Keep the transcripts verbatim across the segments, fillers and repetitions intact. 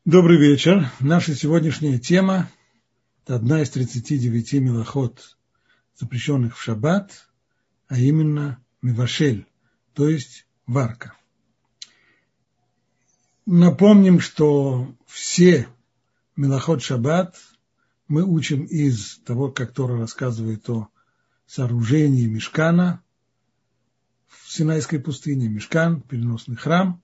Добрый вечер. Наша сегодняшняя тема – это одна из тридцати девяти мелахот, запрещенных в шаббат, а именно мивашель, то есть варка. Напомним, что все мелахот шаббат мы учим из того, как Тора рассказывает о сооружении мишкана в Синайской пустыне, мишкан, переносный храм.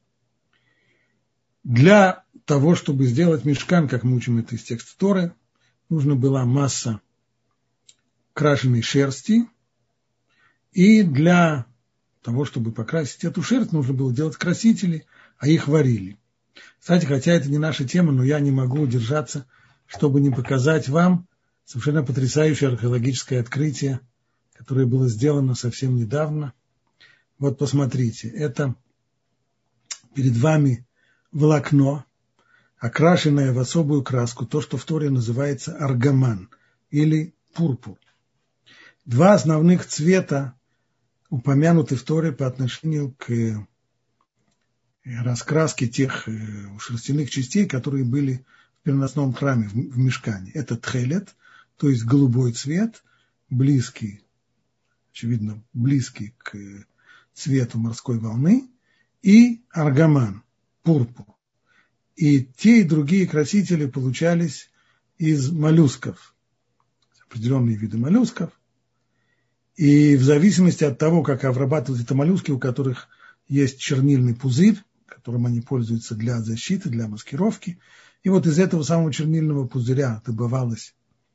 Для того, чтобы сделать мишкан, как мы учим это из текста Торы, нужна была масса крашеной шерсти, и для того, чтобы покрасить эту шерсть, нужно было делать красители, а их варили. Кстати, хотя это не наша тема, но я не могу удержаться, чтобы не показать вам совершенно потрясающее археологическое открытие, которое было сделано совсем недавно. Вот посмотрите, это перед вами волокно, окрашенное в особую краску, то, что в Торе называется аргаман или пурпур. Два основных цвета упомянуты в Торе по отношению к раскраске тех шерстяных частей, которые были в переносном храме, в мишкане. Это тхелет, то есть голубой цвет, близкий, очевидно, близкий к цвету морской волны, и аргаман, пурпур. И те, и другие красители получались из моллюсков, определенные виды моллюсков. И в зависимости от того, как обрабатывают это моллюски, у которых есть чернильный пузырь, которым они пользуются для защиты, для маскировки, и вот из этого самого чернильного пузыря добывалась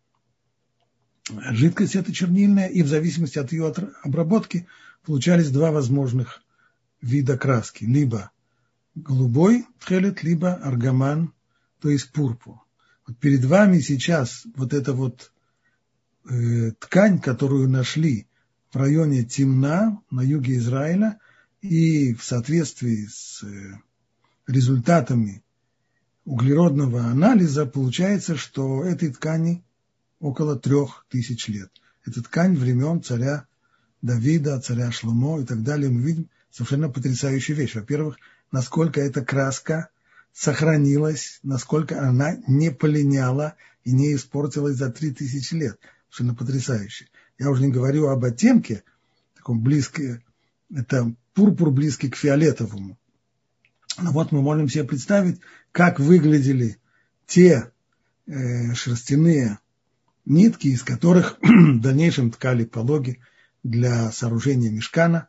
жидкость эта чернильная, и в зависимости от ее обработки получались два возможных вида краски, либо голубой тхелет, либо аргаман, то есть пурпур. Вот перед вами сейчас вот эта вот э, ткань, которую нашли в районе Тимна на юге Израиля, и в соответствии с э, результатами углеродного анализа получается, что этой ткани около трех тысяч лет. Это ткань времен царя Давида, царя Шломо и так далее. Мы видим совершенно потрясающую вещь. Во-первых, насколько эта краска сохранилась, насколько она не полиняла и не испортилась за три тысячи лет. Совершенно потрясающе. Я уже не говорю об оттенке, таком близком, это пурпур близкий к фиолетовому. Но вот мы можем себе представить, как выглядели те э, шерстяные нитки, из которых в дальнейшем ткали пологи для сооружения мишкана.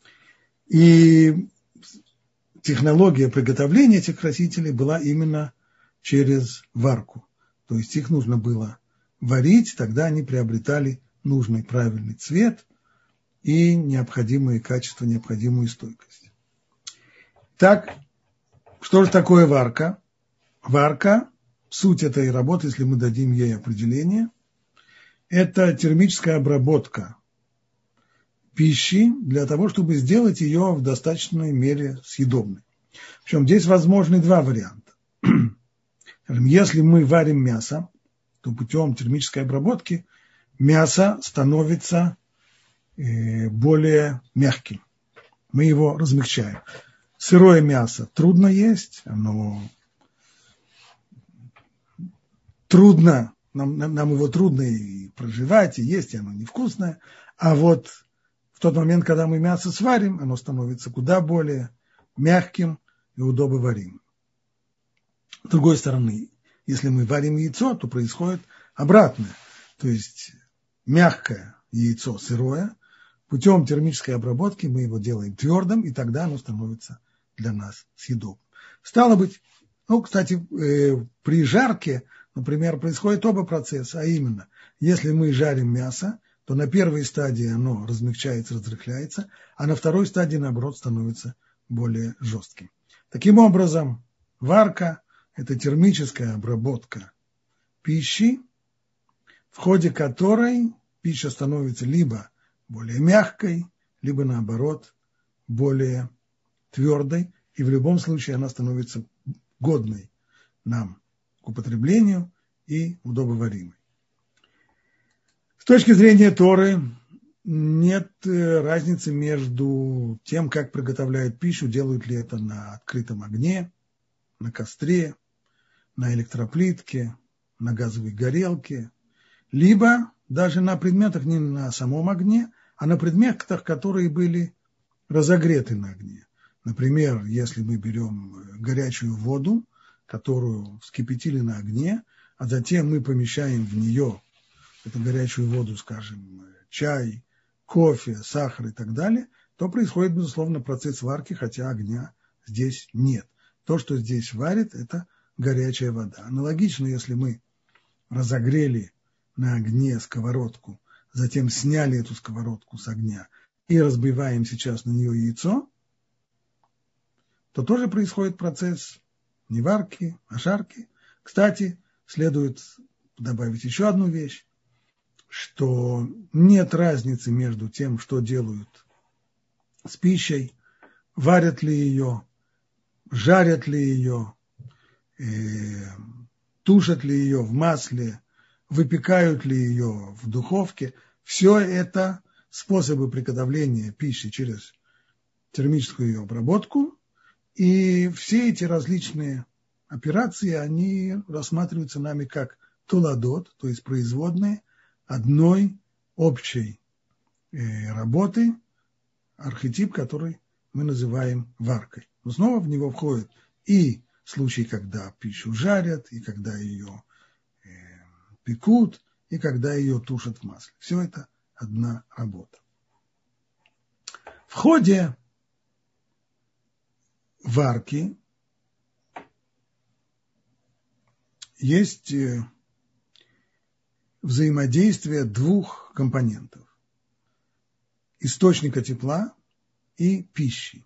И технология приготовления этих красителей была именно через варку. То есть их нужно было варить, тогда они приобретали нужный правильный цвет и необходимые качества, необходимую стойкость. Так, что же такое варка? Варка, суть этой работы, если мы дадим ей определение, это термическая обработка пищи для того, чтобы сделать ее в достаточной мере съедобной. Причем здесь возможны два варианта. Если мы варим мясо, то путем термической обработки мясо становится более мягким. Мы его размягчаем. Сырое мясо трудно есть, оно трудно, нам, нам его трудно и проживать, и есть, и оно невкусное. А вот в тот момент, когда мы мясо сварим, оно становится куда более мягким и удобоваримым. С другой стороны, если мы варим яйцо, то происходит обратное. То есть мягкое яйцо сырое, путем термической обработки мы его делаем твердым, и тогда оно становится для нас съедобным. Стало быть, ну, кстати, э, при жарке, например, происходит оба процесса, а именно, если мы жарим мясо, то на первой стадии оно размягчается, разрыхляется, а на второй стадии, наоборот, становится более жестким. Таким образом, варка – это термическая обработка пищи, в ходе которой пища становится либо более мягкой, либо, наоборот, более твердой, и в любом случае она становится годной нам к употреблению и удобоваримой. С точки зрения Торы нет разницы между тем, как приготовляют пищу, делают ли это на открытом огне, на костре, на электроплитке, на газовой горелке, либо даже на предметах не на самом огне, а на предметах, которые были разогреты на огне. Например, если мы берем горячую воду, которую вскипятили на огне, а затем мы помещаем в нее, эту горячую воду, скажем, чай, кофе, сахар и так далее, то происходит, безусловно, процесс варки, хотя огня здесь нет. То, что здесь варит, это горячая вода. Аналогично, если мы разогрели на огне сковородку, затем сняли эту сковородку с огня и разбиваем сейчас на нее яйцо, то тоже происходит процесс не варки, а жарки. Кстати, следует добавить еще одну вещь, что нет разницы между тем, что делают с пищей, варят ли ее, жарят ли ее, э, тушат ли ее в масле, выпекают ли ее в духовке. Все это способы приготовления пищи через термическую ее обработку. И все эти различные операции, они рассматриваются нами как толадот, то есть производные одной общей э, работы, архетип, который мы называем варкой. Но снова в него входят и случаи, когда пищу жарят, и когда ее э, пекут, и когда ее тушат в масле. Все это одна работа. В ходе варки есть взаимодействие двух компонентов – источника тепла и пищи.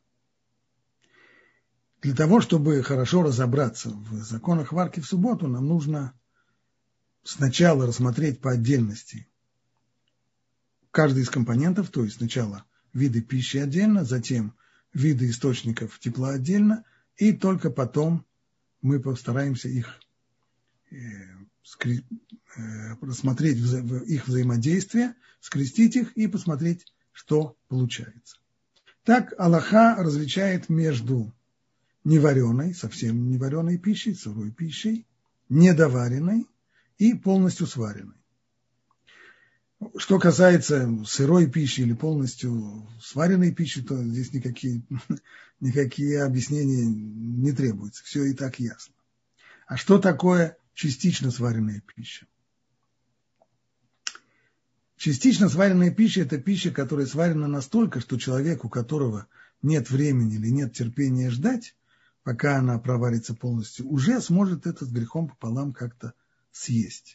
Для того, чтобы хорошо разобраться в законах варки в субботу, нам нужно сначала рассмотреть по отдельности каждый из компонентов, то есть сначала виды пищи отдельно, затем виды источников тепла отдельно, и только потом мы постараемся их э, скри... э, рассмотреть вза... их взаимодействие, скрестить их и посмотреть, что получается. Так Алаха различает между невареной, совсем невареной пищей, сырой пищей, недоваренной и полностью сваренной. Что касается сырой пищи или полностью сваренной пищи, то здесь никакие, никакие объяснения не требуются. Все и так ясно. А что такое частично сваренная пища? Частично сваренная пища – это пища, которая сварена настолько, что человек, у которого нет времени или нет терпения ждать, пока она проварится полностью, уже сможет это с грехом пополам как-то съесть.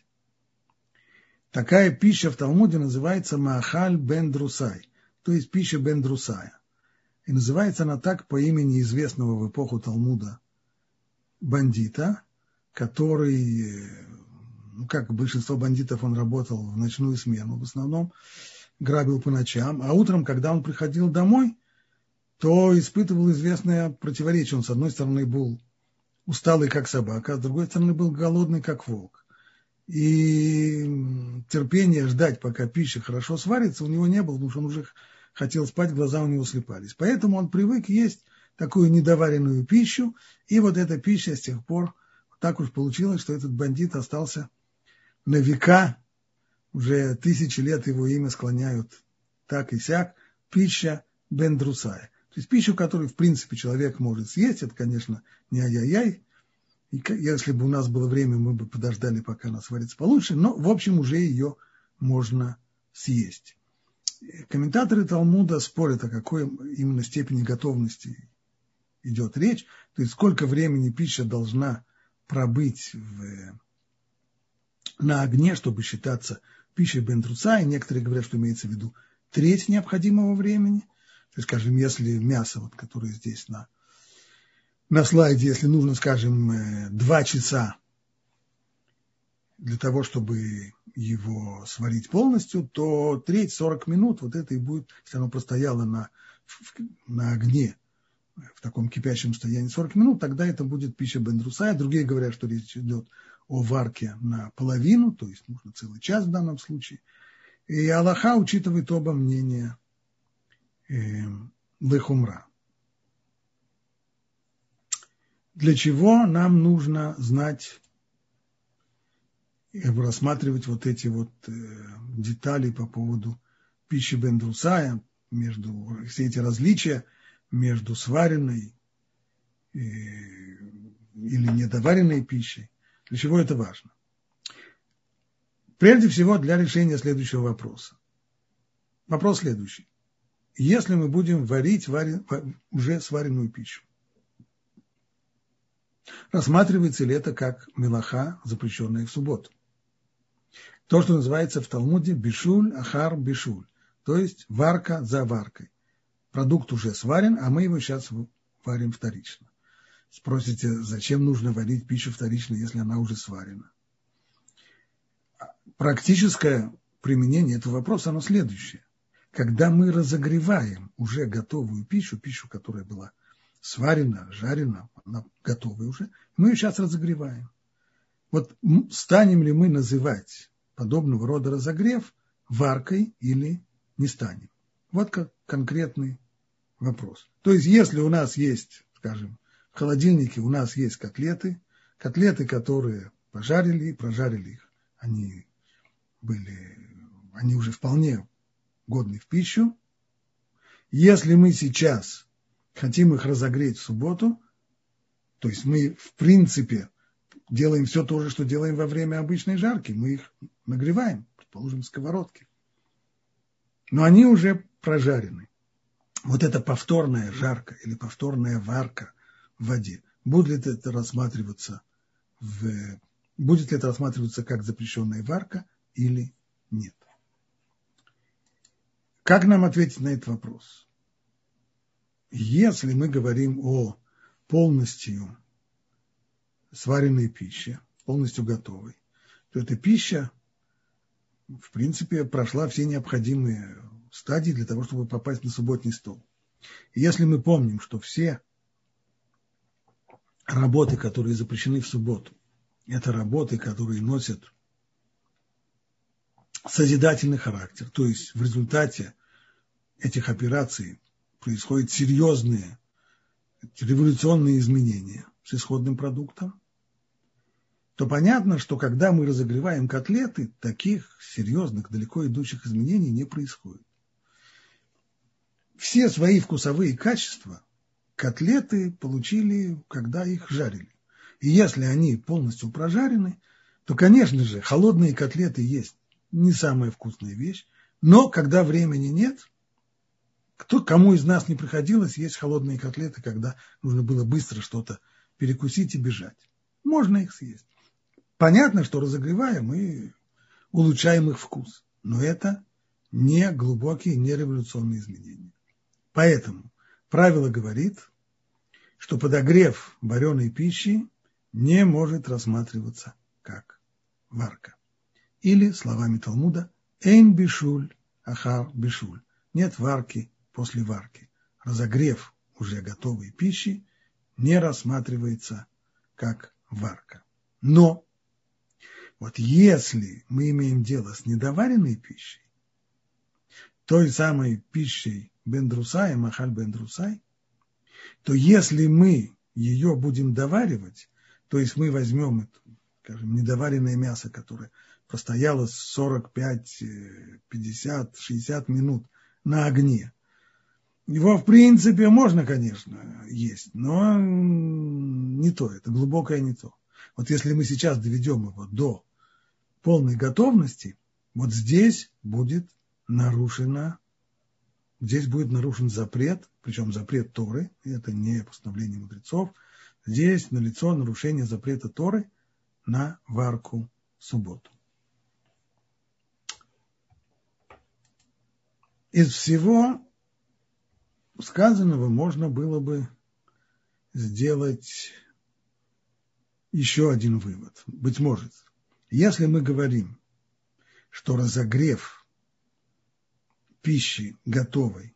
Такая пища в Талмуде называется маахаль бен друсай, то есть пища бен друсая. И называется она так по имени известного в эпоху Талмуда бандита, который, ну как большинство бандитов, он работал в ночную смену, в основном грабил по ночам, а утром, когда он приходил домой, то испытывал известное противоречие. Он, с одной стороны, был усталый, как собака, а с другой стороны, был голодный, как волк. И терпения ждать, пока пища хорошо сварится, у него не было, потому что он уже хотел спать, глаза у него слепались. Поэтому он привык есть такую недоваренную пищу, и вот эта пища с тех пор, так уж получилось, что этот бандит остался на века, уже тысячи лет его имя склоняют так и сяк, пища бен друсая. То есть пищу, которую, в принципе, человек может съесть, это, конечно, не ай-яй-яй. И если бы у нас было время, мы бы подождали, пока она сварится получше, но, в общем, уже ее можно съесть. Комментаторы Талмуда спорят, о какой именно степени готовности идет речь, то есть сколько времени пища должна пробыть в, на огне, чтобы считаться пищей бен друсай. Некоторые говорят, что имеется в виду треть необходимого времени. То есть, скажем, если мясо, вот, которое здесь на, на слайде, если нужно, скажем, два часа для того, чтобы его сварить полностью, то треть, сорок минут, вот это и будет, если оно простояло на, на огне в таком кипящем состоянии сорок минут, тогда это будет пища бен друсай. Другие говорят, что речь идет о варке на половину, то есть нужно целый час в данном случае. И Алаха учитывает оба мнения лехумра. Для чего нам нужно знать и рассматривать вот эти вот детали по поводу пищи бен друсая, между, все эти различия между сваренной или недоваренной пищей? Для чего это важно? Прежде всего, для решения следующего вопроса. Вопрос следующий. Если мы будем варить вари, уже сваренную пищу, рассматривается ли это как мелаха, запрещенная в субботу? То, что называется в Талмуде бишуль ахар бишуль, то есть варка за варкой. Продукт уже сварен, а мы его сейчас варим вторично. Спросите, зачем нужно варить пищу вторично, если она уже сварена? Практическое применение этого вопроса, оно следующее. Когда мы разогреваем уже готовую пищу, пищу, которая была сварена, жарена, она готовая уже, мы ее сейчас разогреваем. Вот станем ли мы называть подобного рода разогрев варкой или не станем? Вот как конкретный вопрос. То есть, если у нас есть, скажем, в холодильнике у нас есть котлеты, котлеты, которые пожарили, прожарили их, они были, они уже вполне годны в пищу. Если мы сейчас хотим их разогреть в субботу, то есть мы в принципе делаем все то же, что делаем во время обычной жарки, мы их нагреваем, предположим, в сковородке. Но они уже прожарены. Вот эта повторная жарка или повторная варка в воде, будет ли это рассматриваться в, будет ли это рассматриваться как запрещенная варка или нет? Как нам ответить на этот вопрос? Если мы говорим о полностью сваренной пище, полностью готовой, то эта пища, в принципе, прошла все необходимые стадии для того, чтобы попасть на субботний стол. И если мы помним, что все работы, которые запрещены в субботу, это работы, которые носят созидательный характер, то есть в результате этих операций происходят серьезные революционные изменения с исходным продуктом, то понятно, что когда мы разогреваем котлеты, таких серьезных, далеко идущих изменений не происходит. Все свои вкусовые качества котлеты получили, когда их жарили. И если они полностью прожарены, то, конечно же, холодные котлеты есть не самая вкусная вещь, но когда времени нет, кто, кому из нас не приходилось есть холодные котлеты, когда нужно было быстро что-то перекусить и бежать? Можно их съесть. Понятно, что разогреваем и улучшаем их вкус, но это не глубокие, не революционные изменения. Поэтому правило говорит, что подогрев вареной пищи не может рассматриваться как варка. Или, словами Талмуда, «эйн бишуль ахар бишуль» – нет варки после варки. Разогрев уже готовой пищи не рассматривается как варка. Но вот если мы имеем дело с недоваренной пищей, той самой пищей бен друсай, махаль бен друсай, то если мы ее будем доваривать, то есть мы возьмем, скажем, недоваренное мясо, которое простояло сорок пять, пятьдесят, шестьдесят минут на огне, его, в принципе, можно, конечно, есть, но не то, это глубокое не то. Вот если мы сейчас доведем его до полной готовности, вот здесь будет нарушено, здесь будет нарушен запрет, причем запрет Торы, это не постановление мудрецов, здесь налицо нарушение запрета Торы на варку в субботу. Из всего сказанного можно было бы сделать еще один вывод. Быть может, если мы говорим, что разогрев пищи готовой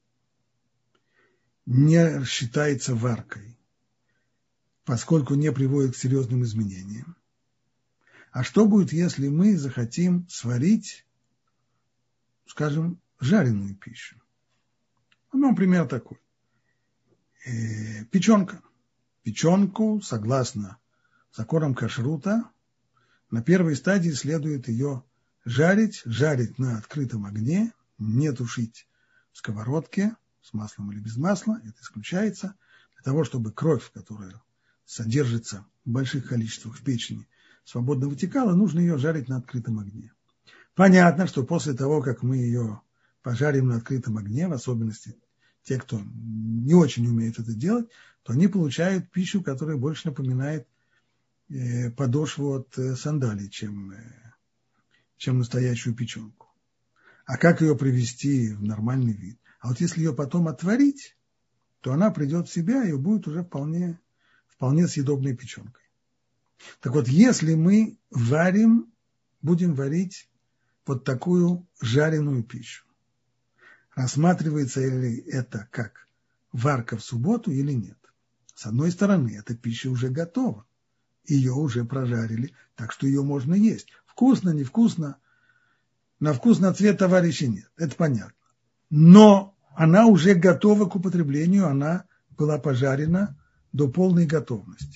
не считается варкой, поскольку не приводит к серьезным изменениям, а что будет, если мы захотим сварить, скажем, жареную пищу? Ну, например, такой. Э, печенка. печенку, согласно законам кашрута, на первой стадии следует ее жарить, жарить на открытом огне, не тушить в сковородке с маслом или без масла, это исключается, для того, чтобы кровь, которая содержится в больших количествах в печени, свободно вытекала, нужно ее жарить на открытом огне. Понятно, что после того, как мы ее пожарим на открытом огне, в особенности те, кто не очень умеет это делать, то они получают пищу, которая больше напоминает э, подошву от э, сандалий, чем, э, чем настоящую печенку. А как ее привести в нормальный вид? А вот если ее потом отварить, то она придет в себя и будет уже вполне, вполне съедобной печенкой. Так вот, если мы варим, будем варить вот такую жареную пищу, рассматривается ли это как варка в субботу или нет? С одной стороны, эта пища уже готова, ее уже прожарили, так что ее можно есть. Вкусно, невкусно, на вкус, на цвет товарищей нет, это понятно. Но она уже готова к употреблению, она была пожарена до полной готовности.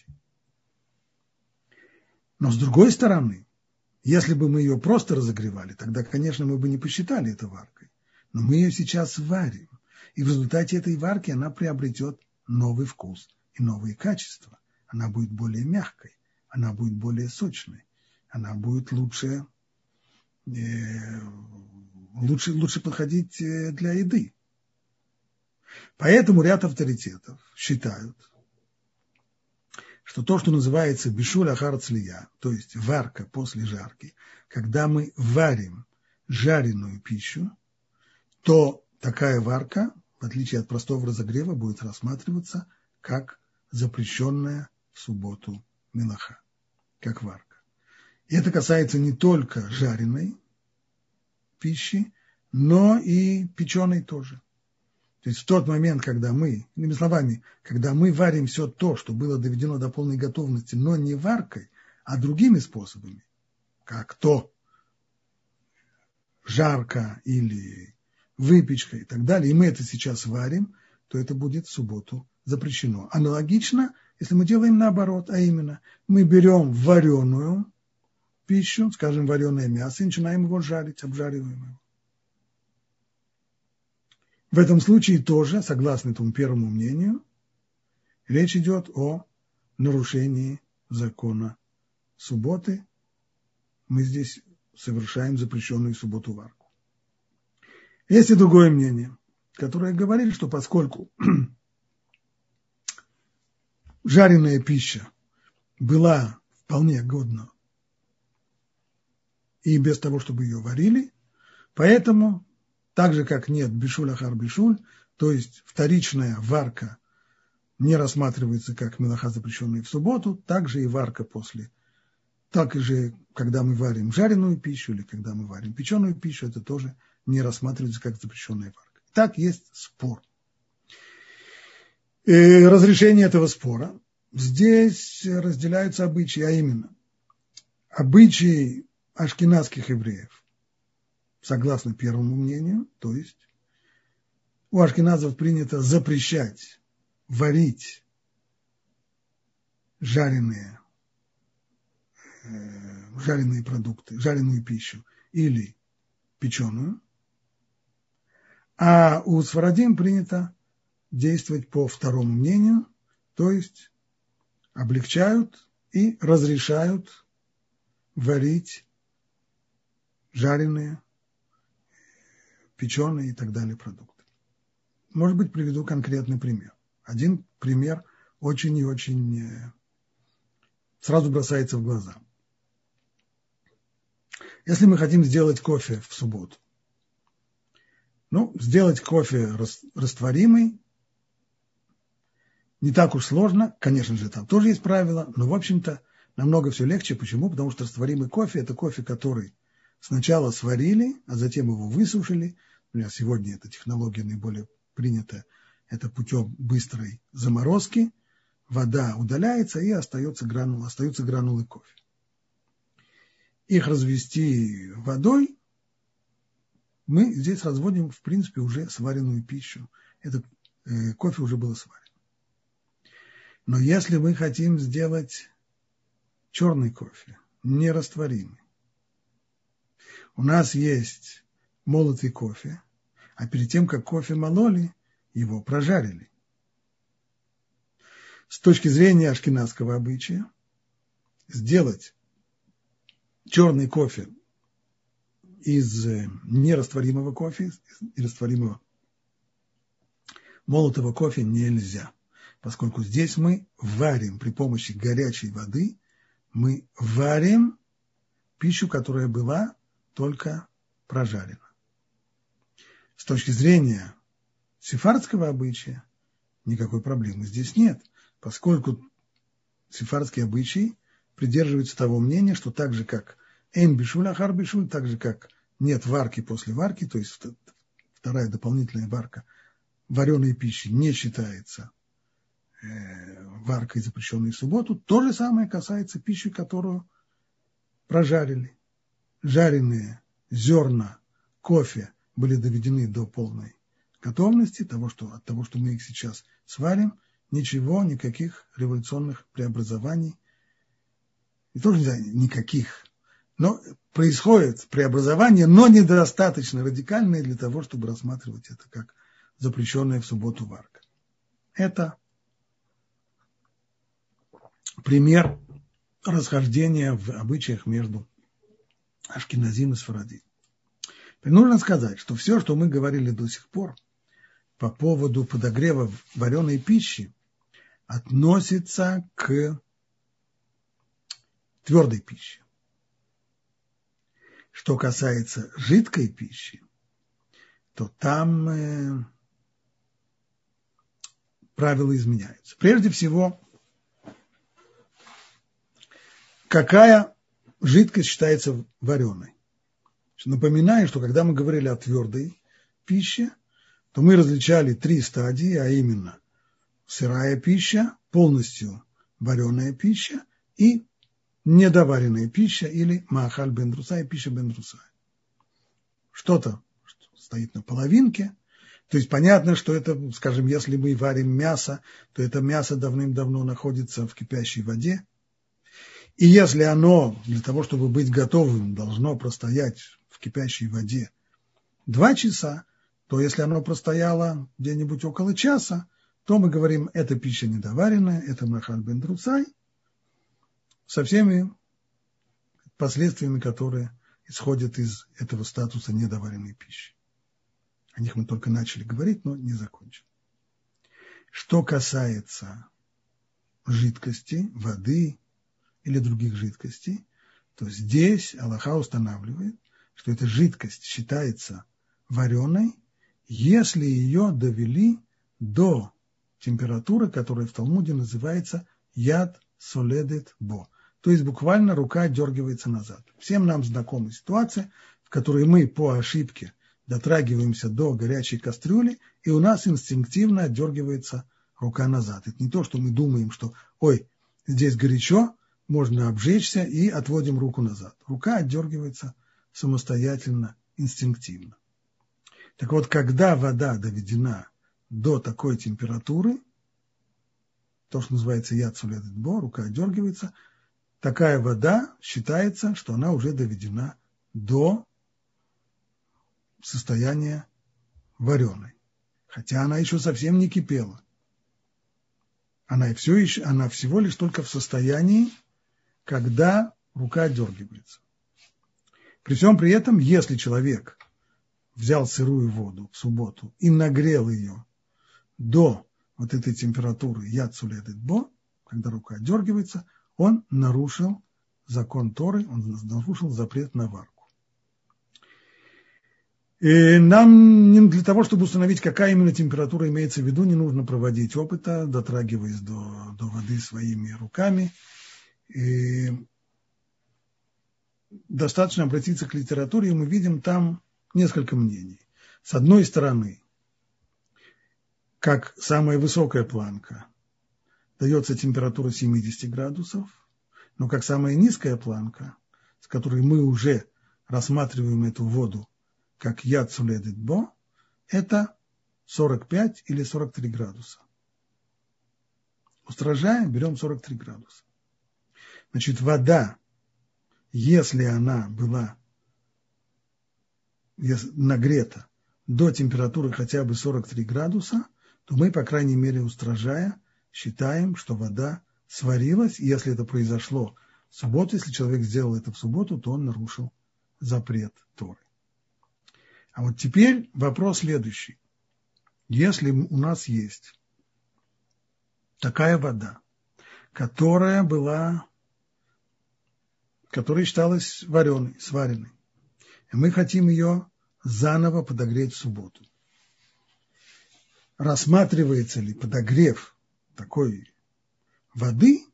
Но с другой стороны, если бы мы ее просто разогревали, тогда, конечно, мы бы не посчитали это варкой. Но мы ее сейчас варим, и в результате этой варки она приобретет новый вкус и новые качества. Она будет более мягкой, она будет более сочной, она будет лучше, э, лучше, лучше подходить для еды. Поэтому ряд авторитетов считают, что то, что называется бишуль ахар цлия, то есть варка после жарки, когда мы варим жареную пищу, то такая варка, в отличие от простого разогрева, будет рассматриваться как запрещенная в субботу мелаха, как варка. И это касается не только жареной пищи, но и печеной тоже. То есть в тот момент, когда мы, иными словами, когда мы варим все то, что было доведено до полной готовности, но не варкой, а другими способами, как то жарка или выпечка и так далее, и мы это сейчас варим, то это будет в субботу запрещено. Аналогично, если мы делаем наоборот, а именно мы берем вареную пищу, скажем, вареное мясо, и начинаем его жарить, обжариваем его. В этом случае тоже, согласно этому первому мнению, речь идет о нарушении закона субботы. Мы здесь совершаем запрещенную в субботу варку. Есть и другое мнение, которое говорит, что поскольку жареная пища была вполне годна и без того, чтобы ее варили, поэтому так же, как нет бишуль ахар бишуль, то есть вторичная варка не рассматривается как мелаха, запрещенная в субботу, так же и варка после. Так же, когда мы варим жареную пищу или когда мы варим печеную пищу, это тоже не рассматривается как запрещенная варка. Так есть спор. И разрешение этого спора. Здесь разделяются обычаи, а именно обычаи ашкеназских евреев, согласно первому мнению, то есть у ашкеназов принято запрещать варить жареные, э, жареные продукты, жареную пищу или печеную, а у сфарадим принято действовать по второму мнению, то есть облегчают и разрешают варить жареные, печеные и так далее продукты. Может быть, приведу конкретный пример. Один пример очень и очень сразу бросается в глаза. Если мы хотим сделать кофе в субботу, ну, сделать кофе растворимый не так уж сложно, конечно же, там тоже есть правила, но, в общем-то, намного все легче. Почему? Потому что растворимый кофе – это кофе, который сначала сварили, а затем его высушили. Например, сегодня эта технология наиболее принята, это путем быстрой заморозки. Вода удаляется, и остается гранулы, остаются гранулы кофе. Их развести водой, мы здесь разводим, в принципе, уже сваренную пищу. Этот э, кофе уже было сварено. Но если мы хотим сделать черный кофе, нерастворимый, у нас есть молотый кофе, а перед тем, как кофе мололи, его прожарили. С точки зрения ашкеназского обычая, сделать черный кофе из нерастворимого кофе, из растворимого молотого кофе нельзя, поскольку здесь мы варим при помощи горячей воды, мы варим пищу, которая была только прожарена. С точки зрения сефардского обычая никакой проблемы здесь нет, поскольку сефардский обычай придерживается того мнения, что так же, как эйн бишуль ахар бишуль, так же, как нет варки после варки, то есть вторая дополнительная варка вареной пищи не считается э, варкой, запрещенной в субботу, то же самое касается пищи, которую прожарили. Жареные зерна кофе были доведены до полной готовности, того, что, от того, что мы их сейчас сварим, ничего, никаких революционных преобразований, и тоже не знаю, никаких, но происходит преобразование, но недостаточно радикальное для того, чтобы рассматривать это как запрещенная в субботу варка. Это пример расхождения в обычаях между ашкеназим и сфарадим. Нужно сказать, что все, что мы говорили до сих пор по поводу подогрева вареной пищи, относится к твердой пище. Что касается жидкой пищи, то там э, правила изменяются. Прежде всего, какая жидкость считается вареной? Напоминаю, что когда мы говорили о твердой пище, то мы различали три стадии, а именно сырая пища, полностью вареная пища и недоваренная пища или маахаль бен друсай, пища бен друсай. Что-то что стоит на половинке, то есть понятно, что это, скажем, если мы варим мясо, то это мясо давным-давно находится в кипящей воде, и если оно для того, чтобы быть готовым, должно простоять в кипящей воде два часа, то если оно простояло где-нибудь около часа, то мы говорим, это пища недоваренная, это маахаль бен друсай, со всеми последствиями, которые исходят из этого статуса недоваренной пищи. О них мы только начали говорить, но не закончили. Что касается жидкости, воды или других жидкостей, то здесь Алаха устанавливает, что эта жидкость считается вареной, если ее довели до температуры, которая в Талмуде называется яд соледет бо. То есть буквально рука отдергивается назад. Всем нам знакома ситуация, в которой мы по ошибке дотрагиваемся до горячей кастрюли, и у нас инстинктивно отдергивается рука назад. Это не то, что мы думаем, что ой, здесь горячо, можно обжечься, и отводим руку назад. Рука отдергивается самостоятельно, инстинктивно. Так вот, когда вода доведена до такой температуры, то, что называется яд соледет бо, рука отдергивается, такая вода считается, что она уже доведена до состояния вареной. Хотя она еще совсем не кипела. Она, все еще, она всего лишь только в состоянии, когда рука отдергивается. При всем при этом, если человек взял сырую воду в субботу и нагрел ее до вот этой температуры яд соледет бо, когда рука отдергивается, он нарушил закон Торы, он нарушил запрет на варку. И нам для того, чтобы установить, какая именно температура имеется в виду, не нужно проводить опыта, дотрагиваясь до, до воды своими руками. И достаточно обратиться к литературе, и мы видим там несколько мнений. С одной стороны, как самая высокая планка, дается температура семьдесят градусов, но как самая низкая планка, с которой мы уже рассматриваем эту воду как яд соледет бо, это сорок пять или сорок три градуса. устражаем, берем сорок три градуса. Значит, вода, если она была нагрета до температуры хотя бы сорок три градуса, то мы, по крайней мере, устражая, считаем, что вода сварилась. И если это произошло в субботу, если человек сделал это в субботу, то он нарушил запрет Торы. А вот теперь вопрос следующий. Если у нас есть такая вода, которая была, которая считалась вареной, сваренной, и мы хотим ее заново подогреть в субботу, рассматривается ли подогрев такой воды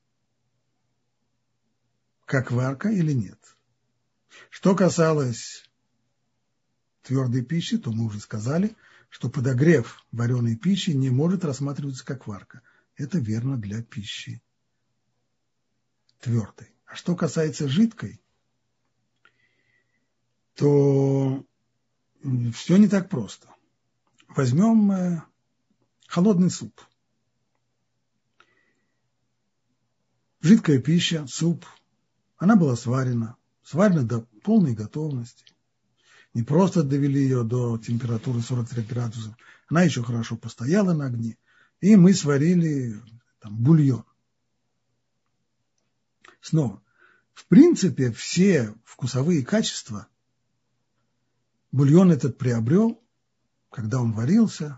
как варка или нет? Что касалось твердой пищи, то мы уже сказали, что подогрев вареной пищи не может рассматриваться как варка. Это верно для пищи твердой. А что касается жидкой, то все не так просто. Возьмем холодный суп. Жидкая пища, суп, она была сварена, сварена до полной готовности. Не просто довели ее до температуры сорок три градуса, она еще хорошо постояла на огне, и мы сварили там бульон. Снова, в принципе, все вкусовые качества бульон этот приобрел, когда он варился.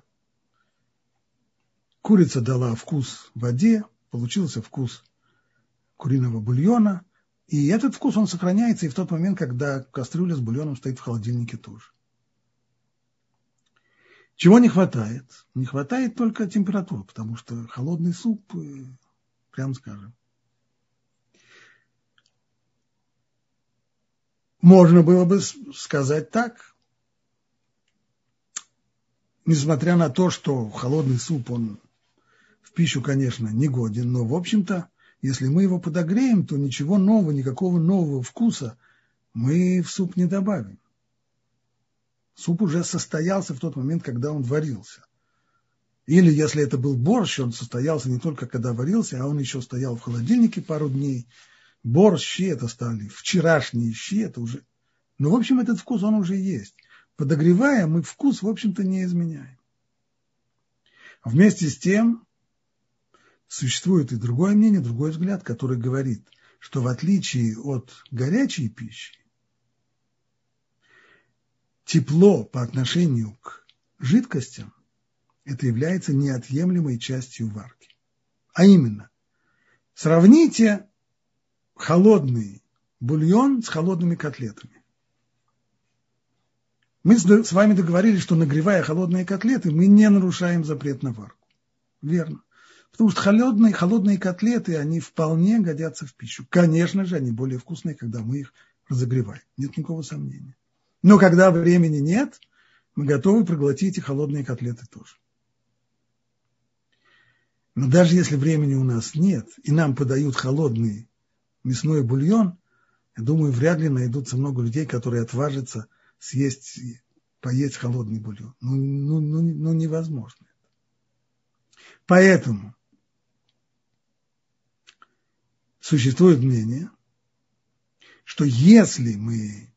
Курица дала вкус воде, получился вкус куриного бульона, и этот вкус, он сохраняется и в тот момент, когда кастрюля с бульоном стоит в холодильнике тоже. Чего не хватает? Не хватает только температуры, потому что холодный суп, прямо скажем, можно было бы сказать так, несмотря на то, что холодный суп, он в пищу, конечно, не годен, но, в общем-то, если мы его подогреем, то ничего нового, никакого нового вкуса мы в суп не добавим. Суп уже состоялся в тот момент, когда он варился. Или если это был борщ, он состоялся не только когда варился, а он еще стоял в холодильнике пару дней. Борщ, щи это стали вчерашние щи, это уже... Но, в общем, этот вкус, он уже есть. Подогревая, мы вкус, в общем-то, не изменяем. Вместе с тем, существует и другое мнение, другой взгляд, который говорит, что в отличие от горячей пищи, тепло по отношению к жидкостям это является неотъемлемой частью варки. А именно, сравните холодный бульон с холодными котлетами. Мы с вами договорились, что нагревая холодные котлеты, мы не нарушаем запрет на варку. Верно. Потому что холодные, холодные котлеты, они вполне годятся в пищу. Конечно же, они более вкусные, когда мы их разогреваем. Нет никакого сомнения. Но когда времени нет, мы готовы проглотить и холодные котлеты тоже. Но даже если времени у нас нет, и нам подают холодный мясной бульон, я думаю, вряд ли найдутся много людей, которые отважатся съесть, поесть холодный бульон. Ну, ну, ну, ну невозможно. Поэтому существует мнение, что если мы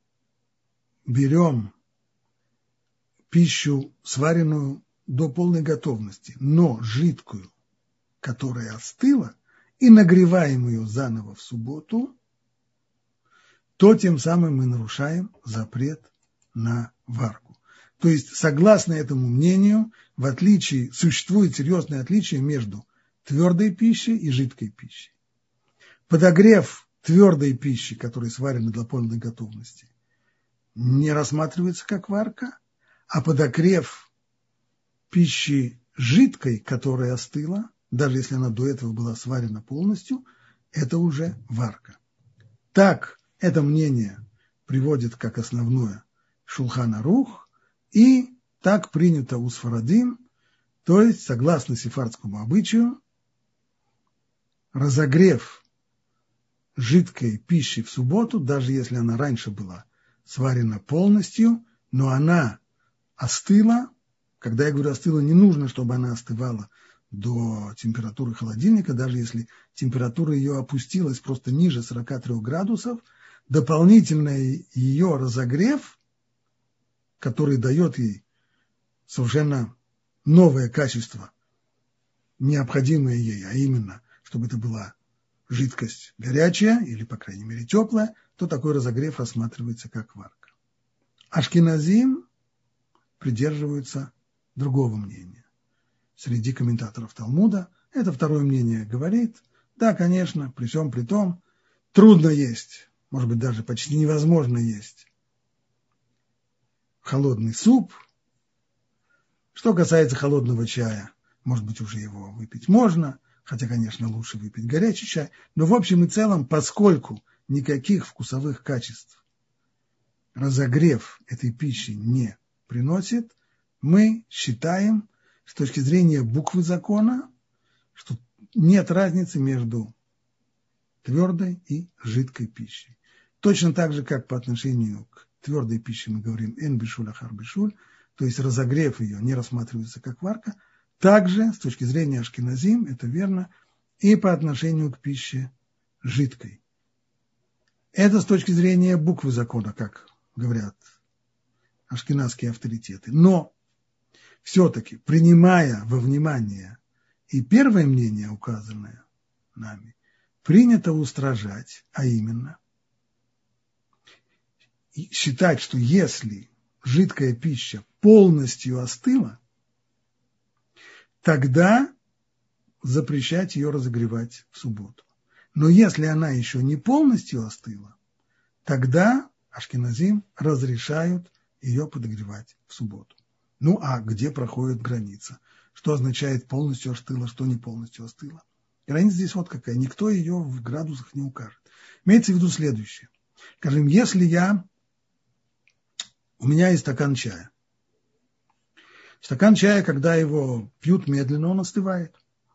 берем пищу, сваренную до полной готовности, но жидкую, которая остыла, и нагреваем ее заново в субботу, то тем самым мы нарушаем запрет на варку. То есть, согласно этому мнению, в отличие, существует серьезное отличие между твердой пищей и жидкой пищей. Подогрев твердой пищи, которая сварена для полной готовности, не рассматривается как варка, а подогрев пищи жидкой, которая остыла, даже если она до этого была сварена полностью, это уже варка. Так это мнение приводит как основное Шулхан Арух, и так принято у сфарадим, то есть, согласно сефардскому обычаю, разогрев жидкой пищи в субботу, даже если она раньше была сварена полностью, но она остыла. Когда я говорю остыла, не нужно, чтобы она остывала до температуры холодильника, даже если температура ее опустилась просто ниже сорока трёх градусов, дополнительный ее разогрев, который дает ей совершенно новое качество, необходимое ей, а именно, чтобы это была жидкость горячая или, по крайней мере, теплая, то такой разогрев рассматривается как варка. Ашкеназим придерживаются другого мнения. Среди комментаторов Талмуда это второе мнение говорит, да, конечно, при всем при том, трудно есть, может быть, даже почти невозможно есть холодный суп. Что касается холодного чая, может быть, уже его выпить можно, хотя, конечно, лучше выпить горячий чай, но в общем и целом, поскольку никаких вкусовых качеств разогрев этой пищи не приносит, мы считаем, с точки зрения буквы закона, что нет разницы между твердой и жидкой пищей. Точно так же, как по отношению к твердой пище мы говорим «эн бишуль ахар бишуль», то есть разогрев ее не рассматривается как варка, также с точки зрения ашкеназим это верно и по отношению к пище жидкой. Это с точки зрения буквы закона, как говорят ашкеназские авторитеты. Но все-таки, принимая во внимание и первое мнение, указанное нами, принято устражать, а именно считать, что если жидкая пища полностью остыла, тогда запрещать ее разогревать в субботу. Но если она еще не полностью остыла, тогда ашкеназим разрешают ее подогревать в субботу. Ну а где проходит граница? Что означает полностью остыла, что не полностью остыла? Граница здесь вот какая. Никто ее в градусах не укажет. Имеется в виду следующее. Скажем, если я... У меня есть стакан чая. Стакан чая, когда его пьют медленно, он остывает.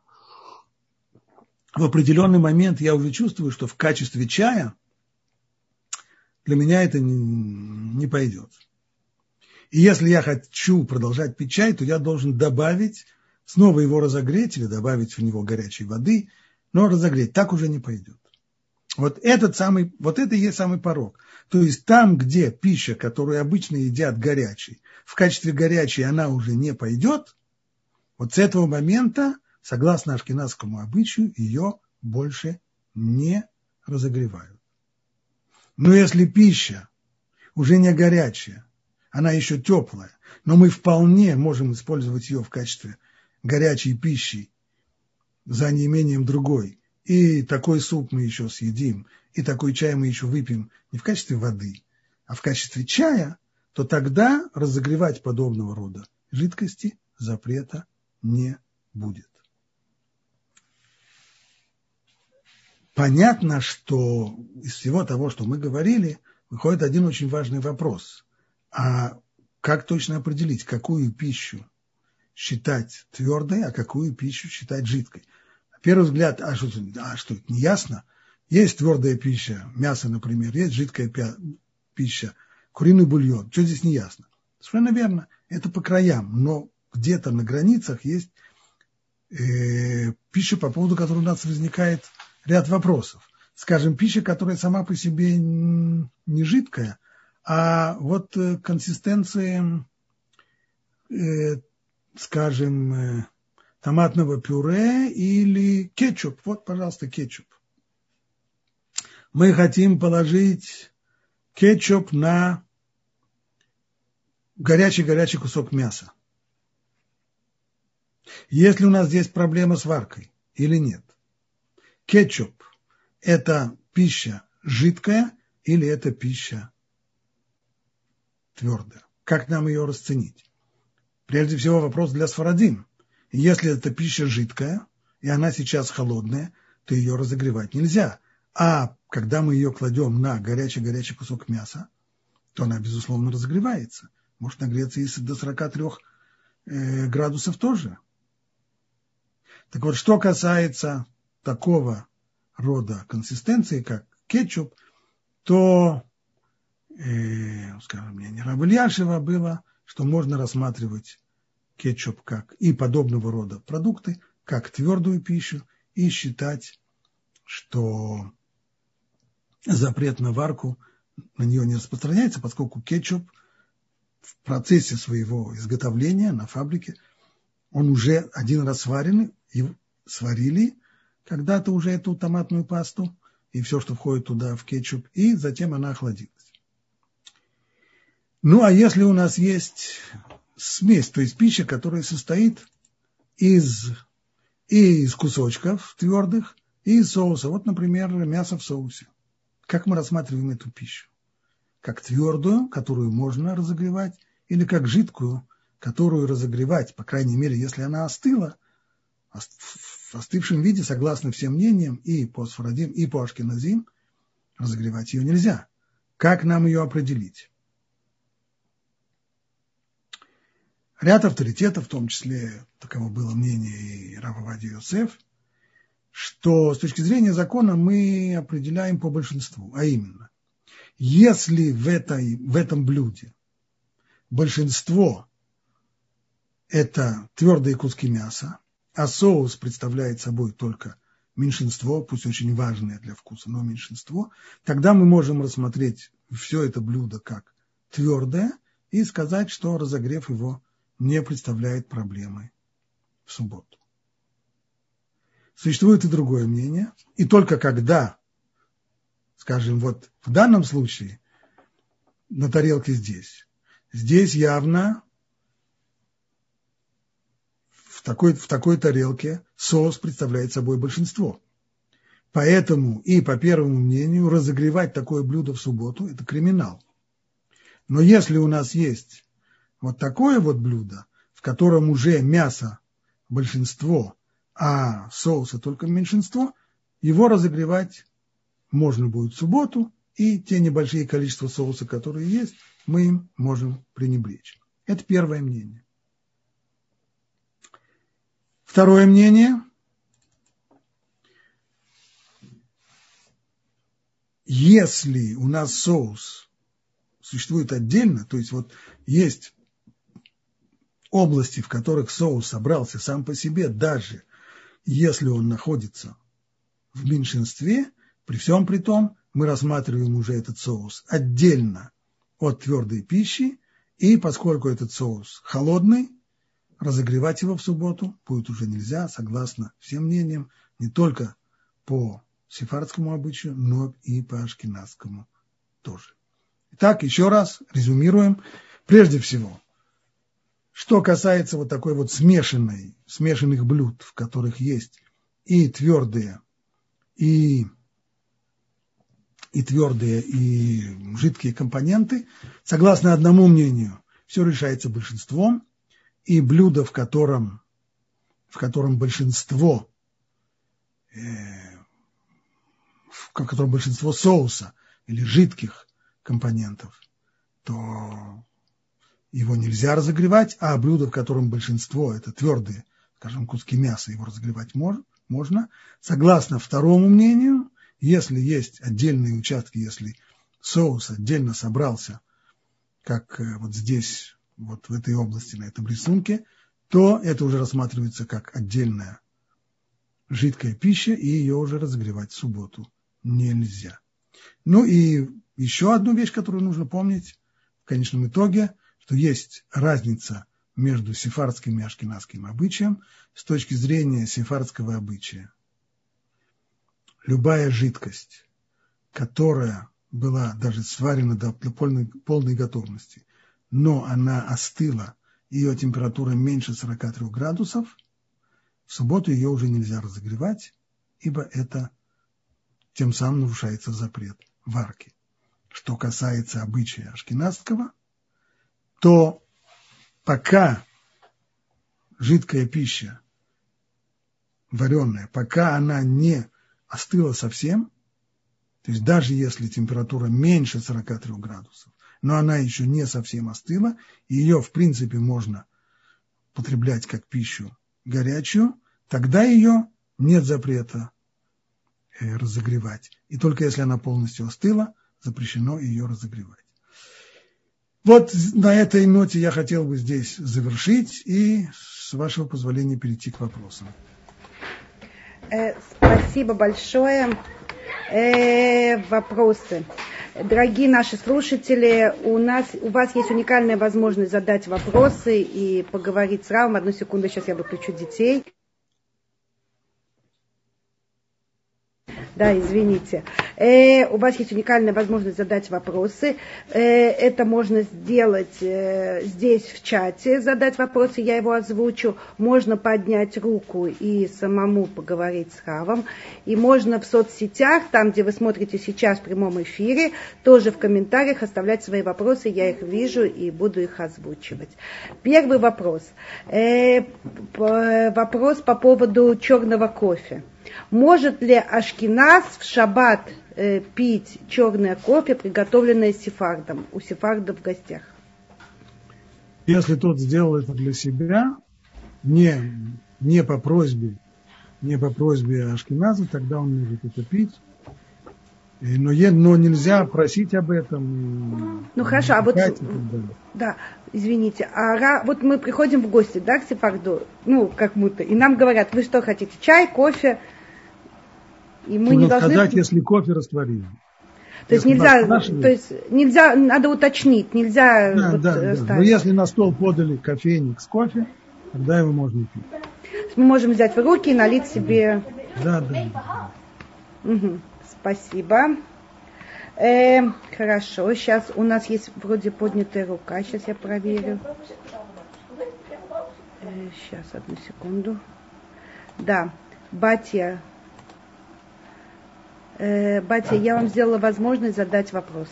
В определенный момент я уже чувствую, что в качестве чая для меня это не, не пойдет. И если я хочу продолжать пить чай, то я должен добавить, снова его разогреть или добавить в него горячей воды, но разогреть так уже не пойдет. Вот, этот самый, вот это и есть самый порог. То есть там, где пища, которую обычно едят горячей, в качестве горячей она уже не пойдет, вот с этого момента, согласно ашкеназскому обычаю, ее больше не разогревают. Но если пища уже не горячая, она еще теплая, но мы вполне можем использовать ее в качестве горячей пищи за неимением другой, и такой суп мы еще съедим, и такой чай мы еще выпьем не в качестве воды, а в качестве чая, то тогда разогревать подобного рода жидкости запрета не будет. Понятно, что из всего того, что мы говорили, выходит один очень важный вопрос. А как точно определить, какую пищу считать твердой, а какую пищу считать жидкой? На первый взгляд, а что, а что это не ясно? Есть твердая пища, мясо, например, есть жидкая пища, куриный бульон. Что здесь не ясно? Совершенно верно, это по краям, но где-то на границах есть э, пища, по поводу которой у нас возникает ряд вопросов. Скажем, пища, которая сама по себе не жидкая, а вот консистенция, э, скажем, э, томатного пюре или кетчуп. Вот, пожалуйста, кетчуп. Мы хотим положить кетчуп на горячий-горячий кусок мяса. Есть ли у нас здесь проблема с варкой или нет? Кетчуп – это пища жидкая или это пища твердая? Как нам ее расценить? Прежде всего вопрос для сфарадим. Если это пища жидкая, и она сейчас холодная, то ее разогревать нельзя. А когда мы ее кладем на горячий-горячий кусок мяса, то она, безусловно, разогревается. Может нагреться и до сорока трёх э, градусов тоже. Так вот, что касается такого рода консистенции, как кетчуп, то, э, скажем, мнение Рав Ильяшева было, что можно рассматривать кетчуп как и подобного рода продукты, как твердую пищу, и считать, что запрет на варку на нее не распространяется, поскольку кетчуп в процессе своего изготовления на фабрике, он уже один раз сваренный, и сварили когда-то уже эту томатную пасту и все, что входит туда в кетчуп, и затем она охладилась. Ну, а если у нас есть смесь, то есть пища, которая состоит из, и из кусочков твердых, и из соуса. Вот, например, мясо в соусе. Как мы рассматриваем эту пищу? Как твердую, которую можно разогревать, или как жидкую, которую разогревать, по крайней мере, если она остыла, в остывшем виде, согласно всем мнениям, и по сфарадим, и по ашкеназим, разогревать ее нельзя. Как нам ее определить? Ряд авторитетов, в том числе таково было мнение и Рава Овадия Йосеф, что с точки зрения закона мы определяем по большинству, а именно, если в, этой, в этом блюде большинство – это твердые куски мяса, а соус представляет собой только меньшинство, пусть очень важное для вкуса, но меньшинство, тогда мы можем рассмотреть все это блюдо как твердое и сказать, что разогрев его не представляет проблемы в субботу. Существует и другое мнение, и только когда, скажем, вот в данном случае на тарелке здесь, здесь явно в такой, в такой тарелке соус представляет собой большинство. Поэтому и по первому мнению разогревать такое блюдо в субботу – это криминал. Но если у нас есть вот такое вот блюдо, в котором уже мясо большинство, а соуса только меньшинство, его разогревать можно будет в субботу, и те небольшие количества соуса, которые есть, мы им можем пренебречь. Это первое мнение. Второе мнение. Если у нас соус существует отдельно, то есть вот есть области, в которых соус собрался сам по себе, даже если он находится в меньшинстве, при всем при том мы рассматриваем уже этот соус отдельно от твердой пищи, и поскольку этот соус холодный, разогревать его в субботу будет уже нельзя, согласно всем мнениям, не только по сефардскому обычаю, но и по ашкеназскому тоже. Итак, еще раз резюмируем. Прежде всего, что касается вот такой вот смешанной, смешанных блюд, в которых есть и твердые, и, и твердые, и жидкие компоненты, согласно одному мнению, все решается большинством, и блюдо, в котором, в котором большинство, э, в котором большинство соуса или жидких компонентов, то его нельзя разогревать, а блюдо, в котором большинство – это твердые, скажем, куски мяса, его разогревать мож, можно. Согласно второму мнению, если есть отдельные участки, если соус отдельно собрался, как вот здесь, вот в этой области, на этом рисунке, то это уже рассматривается как отдельная жидкая пища, и ее уже разогревать в субботу нельзя. Ну и еще одну вещь, которую нужно помнить в конечном итоге, что есть разница между сефардским и ашкеназским обычаем с точки зрения сефардского обычая. Любая жидкость, которая была даже сварена до полной, полной готовности, но она остыла, ее температура меньше сорока трёх градусов, в субботу ее уже нельзя разогревать, ибо это тем самым нарушается запрет варки. Что касается обычая ашкеназского, то пока жидкая пища, вареная, пока она не остыла совсем, то есть даже если температура меньше сорока трёх градусов, но она еще не совсем остыла, ее в принципе можно потреблять как пищу горячую, тогда ее нет запрета э, разогревать. И только если она полностью остыла, запрещено ее разогревать. Вот на этой ноте я хотел бы здесь завершить и, с вашего позволения, перейти к вопросам. Э, спасибо большое. Э, вопросы. Дорогие наши слушатели, у нас, у вас есть уникальная возможность задать вопросы и поговорить с Равом. Одну секунду, сейчас я выключу детей. Да, извините. Э, у вас есть уникальная возможность задать вопросы. Э, это можно сделать э, здесь в чате, задать вопросы, я его озвучу. Можно поднять руку и самому поговорить с Равом. И можно в соцсетях, там, где вы смотрите сейчас в прямом эфире, тоже в комментариях оставлять свои вопросы. Я их вижу и буду их озвучивать. Первый вопрос. Э, вопрос по поводу черного кофе. Может ли ашкеназ в шаббат э, пить черное кофе, приготовленное сефардом, у сефардов в гостях? Если тот сделал это для себя, не, не по просьбе, не по просьбе ашкеназа, тогда он может это пить. Но, но нельзя просить об этом. Ну хорошо, а вот, да, извините, а вот мы приходим в гости, да, к сефарду, ну, как будто, и нам говорят, вы что хотите, чай, кофе? И мы Нужно не должны сказать, если кофе растворили. То есть нельзя, то есть нельзя, надо уточнить, нельзя. Да, вот да, да. Но если на стол подали кофейник с кофе, тогда его можно пить. Мы можем взять в руки и налить себе. Да, да. Угу. Спасибо. Э, хорошо, сейчас у нас есть вроде поднятая рука, сейчас я проверю. Э, сейчас, одну секунду. Да, Батя. Э, Батя, я вам сделала возможность задать вопрос.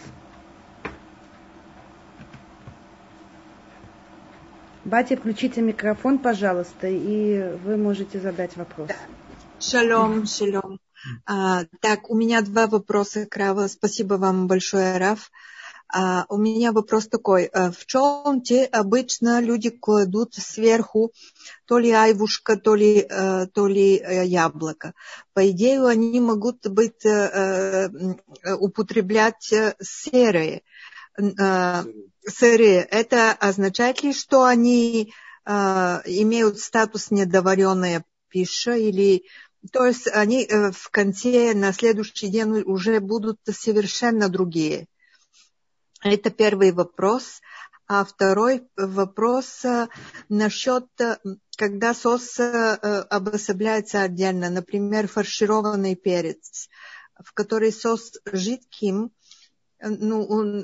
Батя, включите микрофон, пожалуйста, и вы можете задать вопрос. Шалом, шалом. А, так, у меня два вопроса к Раву. Спасибо вам большое, Рав. А, у меня вопрос такой. А, в чонте обычно люди кладут сверху то ли айвушка, то ли, а, то ли а, яблоко. По идее, они могут быть, а, а, употреблять серые. А, сырые. Это означает ли, что они а, имеют статус недоваренная пища или... То есть они в конце, на следующий день уже будут совершенно другие. Это первый вопрос. А второй вопрос насчет, когда соус обособляется отдельно. Например, фаршированный перец, в который соус жидким, ну, он,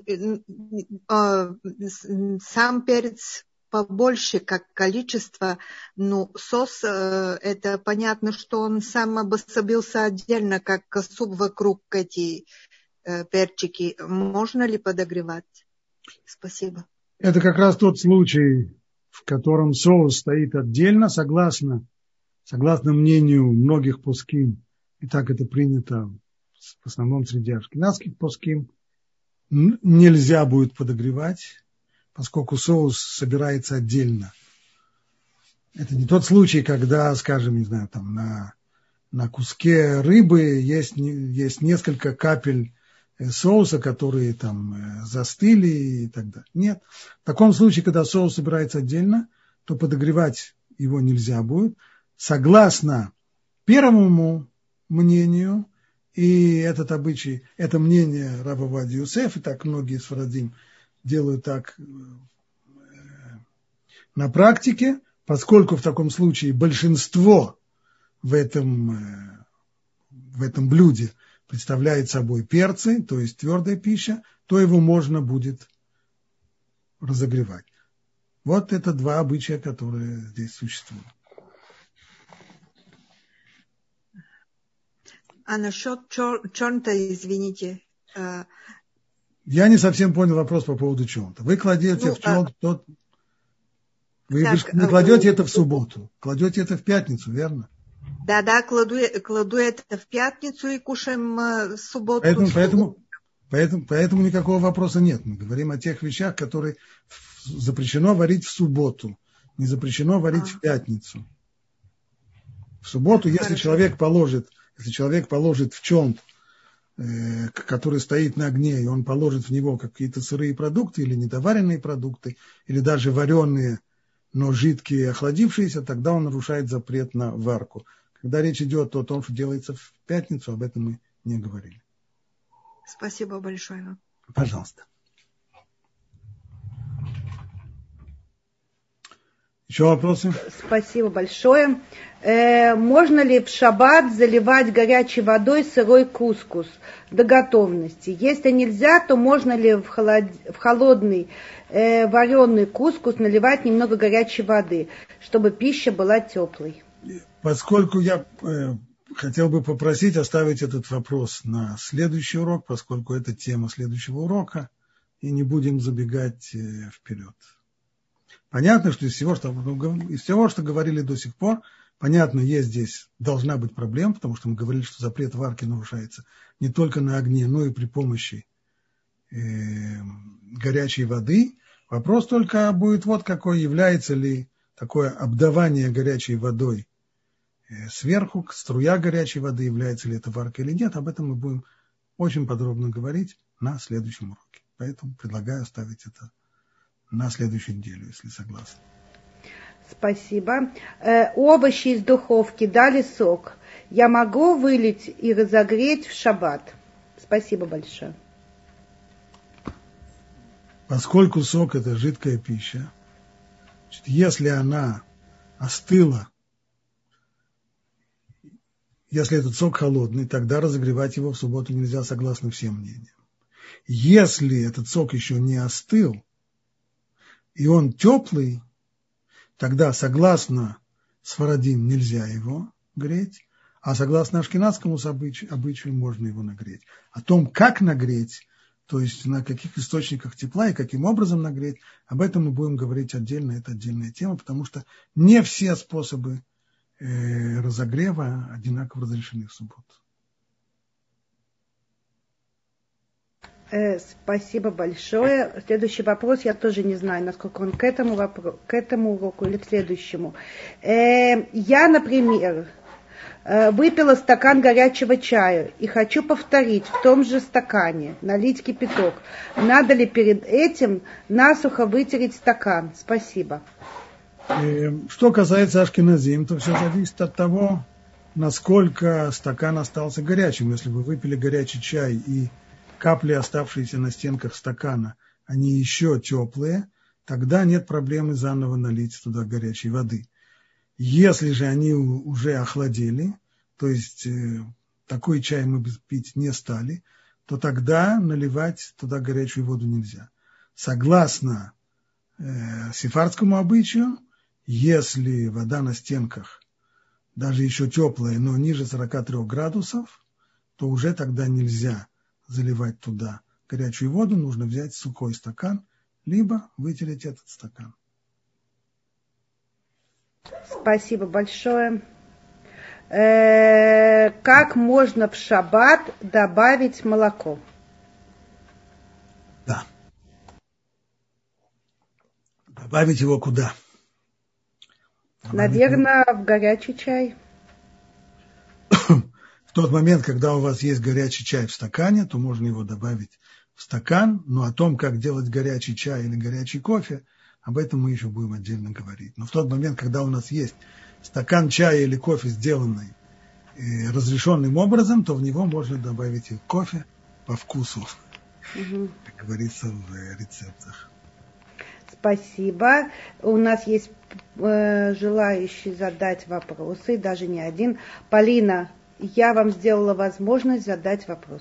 сам перец побольше, как количество, ну, сос, э, это понятно, что он сам обособился отдельно, как суп вокруг эти э, перчики. Можно ли подогревать? Спасибо. Это как раз тот случай, в котором соус стоит отдельно, согласно, согласно мнению многих поским, и так это принято в основном среди ашкеназских поским, нельзя будет подогревать, поскольку соус собирается отдельно. Это не тот случай, когда, скажем, не знаю, там на, на куске рыбы есть, есть несколько капель соуса, которые там застыли и так далее. Нет. В таком случае, когда соус собирается отдельно, то подогревать его нельзя будет. Согласно первому мнению, и этот обычай, это мнение Рава Овадии Йосеф, и так многие сфарадим делают так на практике, поскольку в таком случае большинство в этом, в этом блюде представляет собой перцы, то есть твердая пища, то его можно будет разогревать. Вот это два обычая, которые здесь существуют. А насчет чонта, извините. Я не совсем понял вопрос по поводу чонта. Вы кладете ну, в чонт а... тот... Вы так, не кладете а... это в субботу, кладете это в пятницу, верно? Да, да, кладу, кладу это в пятницу и кушаем в субботу. Поэтому, поэтому, поэтому, поэтому никакого вопроса нет. Мы говорим о тех вещах, которые запрещено варить в субботу, не запрещено варить а. в пятницу. В субботу, если Хорошо. человек положит, если человек положит в чонт, э, который стоит на огне, и он положит в него какие-то сырые продукты или недоваренные продукты, или даже вареные, но жидкие, охладившиеся, тогда он нарушает запрет на варку. Когда речь идет о том, что делается в пятницу, об этом мы не говорили. Спасибо большое. Пожалуйста. Еще вопросы? Спасибо большое. Э, можно ли в шаббат заливать горячей водой сырой кускус до готовности? Если нельзя, то можно ли в, холод... в холодный э, вареный кускус наливать немного горячей воды, чтобы пища была теплой? Поскольку я э, хотел бы попросить оставить этот вопрос на следующий урок, поскольку это тема следующего урока, и не будем забегать э, вперед. Понятно, что из всего, что, из всего, что говорили до сих пор, понятно, есть здесь, должна быть проблема, потому что мы говорили, что запрет варки нарушается не только на огне, но и при помощи э, горячей воды. Вопрос только будет вот какой, является ли такое обдавание горячей водой э, сверху, струя горячей воды, является ли это варка или нет. Об этом мы будем очень подробно говорить на следующем уроке. Поэтому предлагаю оставить это на следующую неделю, если согласны. Спасибо. Э, овощи из духовки дали сок. Я могу вылить и разогреть в шаббат? Спасибо большое. Поскольку сок – это жидкая пища, значит, если она остыла, если этот сок холодный, тогда разогревать его в субботу нельзя, согласно всем мнениям. Если этот сок еще не остыл, и он теплый, тогда, согласно сфарадим, нельзя его греть, а согласно ашкеназскому обычаю, обычаю можно его нагреть. О том, как нагреть, то есть на каких источниках тепла и каким образом нагреть, об этом мы будем говорить отдельно, это отдельная тема, потому что не все способы э, разогрева одинаково разрешены в субботу. Спасибо большое. Следующий вопрос, я тоже не знаю, насколько он к этому, вопро- к этому уроку или к следующему. Э, я, например, выпила стакан горячего чая и хочу повторить в том же стакане, налить кипяток. Надо ли перед этим насухо вытереть стакан? Спасибо. Что касается ашкеназим, то все зависит от того, насколько стакан остался горячим. Если вы выпили горячий чай и капли, оставшиеся на стенках стакана, они еще теплые, тогда нет проблемы заново налить туда горячей воды. Если же они уже охладели, то есть э, такой чай мы пить не стали, то тогда наливать туда горячую воду нельзя. Согласно э, сефардскому обычаю, если вода на стенках даже еще теплая, но ниже сорока трёх градусов, то уже тогда нельзя заливать туда горячую воду, нужно взять сухой стакан, либо вытереть этот стакан. Спасибо большое. Э, как можно в шаббат добавить молоко? Да. Добавить его куда? Добавить Наверное, его в горячий чай. В тот момент, когда у вас есть горячий чай в стакане, то можно его добавить в стакан, но о том, как делать горячий чай или горячий кофе, об этом мы еще будем отдельно говорить. Но в тот момент, когда у нас есть стакан чая или кофе, сделанный э, разрешенным образом, то в него можно добавить и кофе по вкусу, угу. Как говорится в рецептах. Спасибо. У нас есть э, желающие задать вопросы, даже не один. Полина, я вам сделала возможность задать вопрос.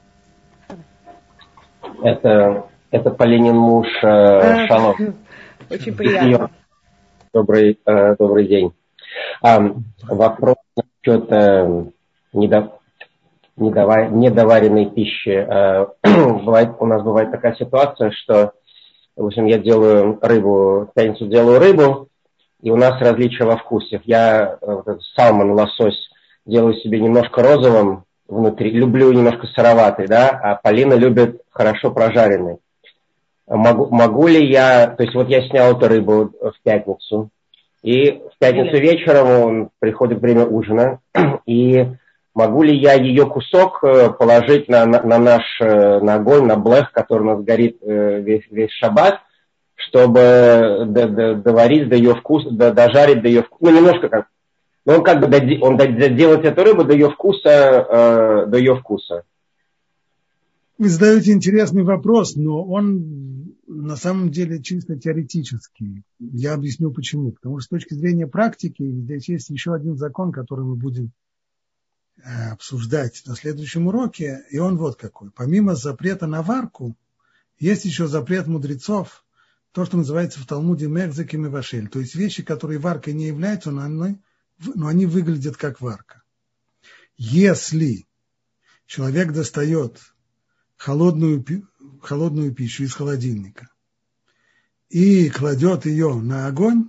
Это, это Полинин муж э, Шалом. Очень приятно. Добрый, э, добрый день. А, вопрос насчет э, недо, недова, недоваренной пищи. Э, бывает, у нас бывает такая ситуация, что, в общем, я делаю рыбу, в пятницу делаю рыбу, и у нас различия во вкусе. Я э, салмон, лосось делаю себе немножко розовым внутри, люблю немножко сыроватый, да, а Полина любит хорошо прожаренный. Могу, могу ли я, то есть вот я снял эту рыбу в пятницу, и в пятницу вечером приходит время ужина, и могу ли я ее кусок положить на, на, на наш на огонь, на блэх, который у нас горит весь, весь шаббат, чтобы доварить до ее вкуса, дожарить до ее вкуса, ну немножко как Но он как бы он делает эту рыбу до ее вкуса, э, до ее вкуса. Вы задаете интересный вопрос, но он на самом деле чисто теоретический. Я объясню почему. Потому что с точки зрения практики здесь есть еще один закон, который мы будем обсуждать на следующем уроке, и он вот какой. Помимо запрета на варку, есть еще запрет мудрецов, то, что называется в Талмуде мехзек и мевашель, то есть вещи, которые варкой не являются, но они, но они выглядят как варка. Если человек достает холодную, холодную пищу из холодильника и кладет ее на огонь,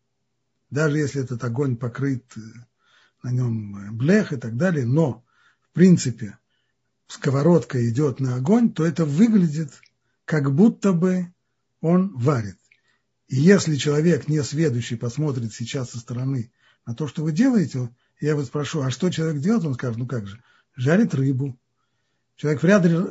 даже если этот огонь покрыт, на нем блех и так далее, но в принципе сковородка идет на огонь, то это выглядит, как будто бы он варит. И если человек несведущий посмотрит сейчас со стороны на то, что вы делаете, я его спрошу, а что человек делает? Он скажет, ну как же, жарит рыбу. Человек вряд ли,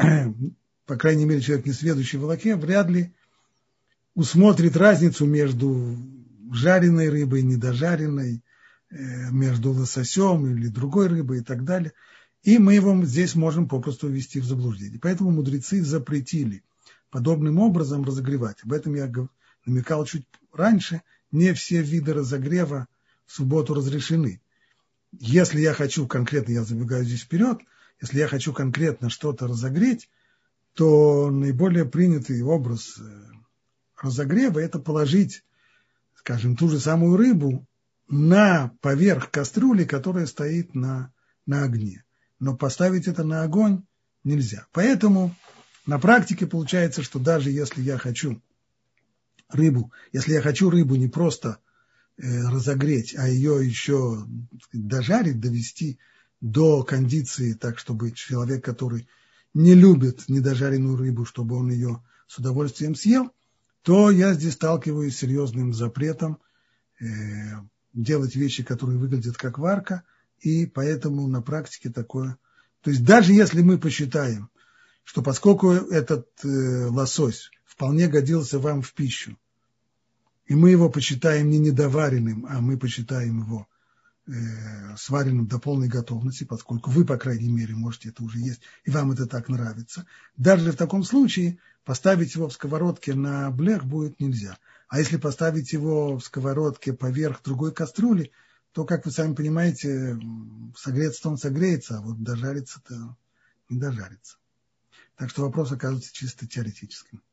по крайней мере, человек несведущий в волоке, вряд ли усмотрит разницу между жареной рыбой, недожаренной, между лососем или другой рыбой и так далее. И мы его здесь можем попросту ввести в заблуждение. Поэтому мудрецы запретили подобным образом разогревать. Об этом я намекал чуть раньше. Не все виды разогрева в субботу разрешены. Если я хочу конкретно, я забегаю здесь вперед, если я хочу конкретно что-то разогреть, то наиболее принятый образ разогрева – это положить, скажем, ту же самую рыбу на поверх кастрюли, которая стоит на, на огне. Но поставить это на огонь нельзя. Поэтому на практике получается, что даже если я хочу рыбу, если я хочу рыбу не просто э, разогреть, а ее еще дожарить, довести до кондиции, так чтобы человек, который не любит недожаренную рыбу, чтобы он ее с удовольствием съел, то я здесь сталкиваюсь с серьезным запретом э, делать вещи, которые выглядят как варка, и поэтому на практике такое. То есть даже если мы посчитаем, что поскольку этот э, лосось вполне годился вам в пищу, и мы его посчитаем не недоваренным, а мы посчитаем его э, сваренным до полной готовности, поскольку вы, по крайней мере, можете это уже есть, и вам это так нравится, даже в таком случае поставить его в сковородке на блех будет нельзя. А если поставить его в сковородке поверх другой кастрюли, то, как вы сами понимаете, согреться он согреется, а вот дожариться-то не дожарится. Так что вопрос оказывается чисто теоретическим.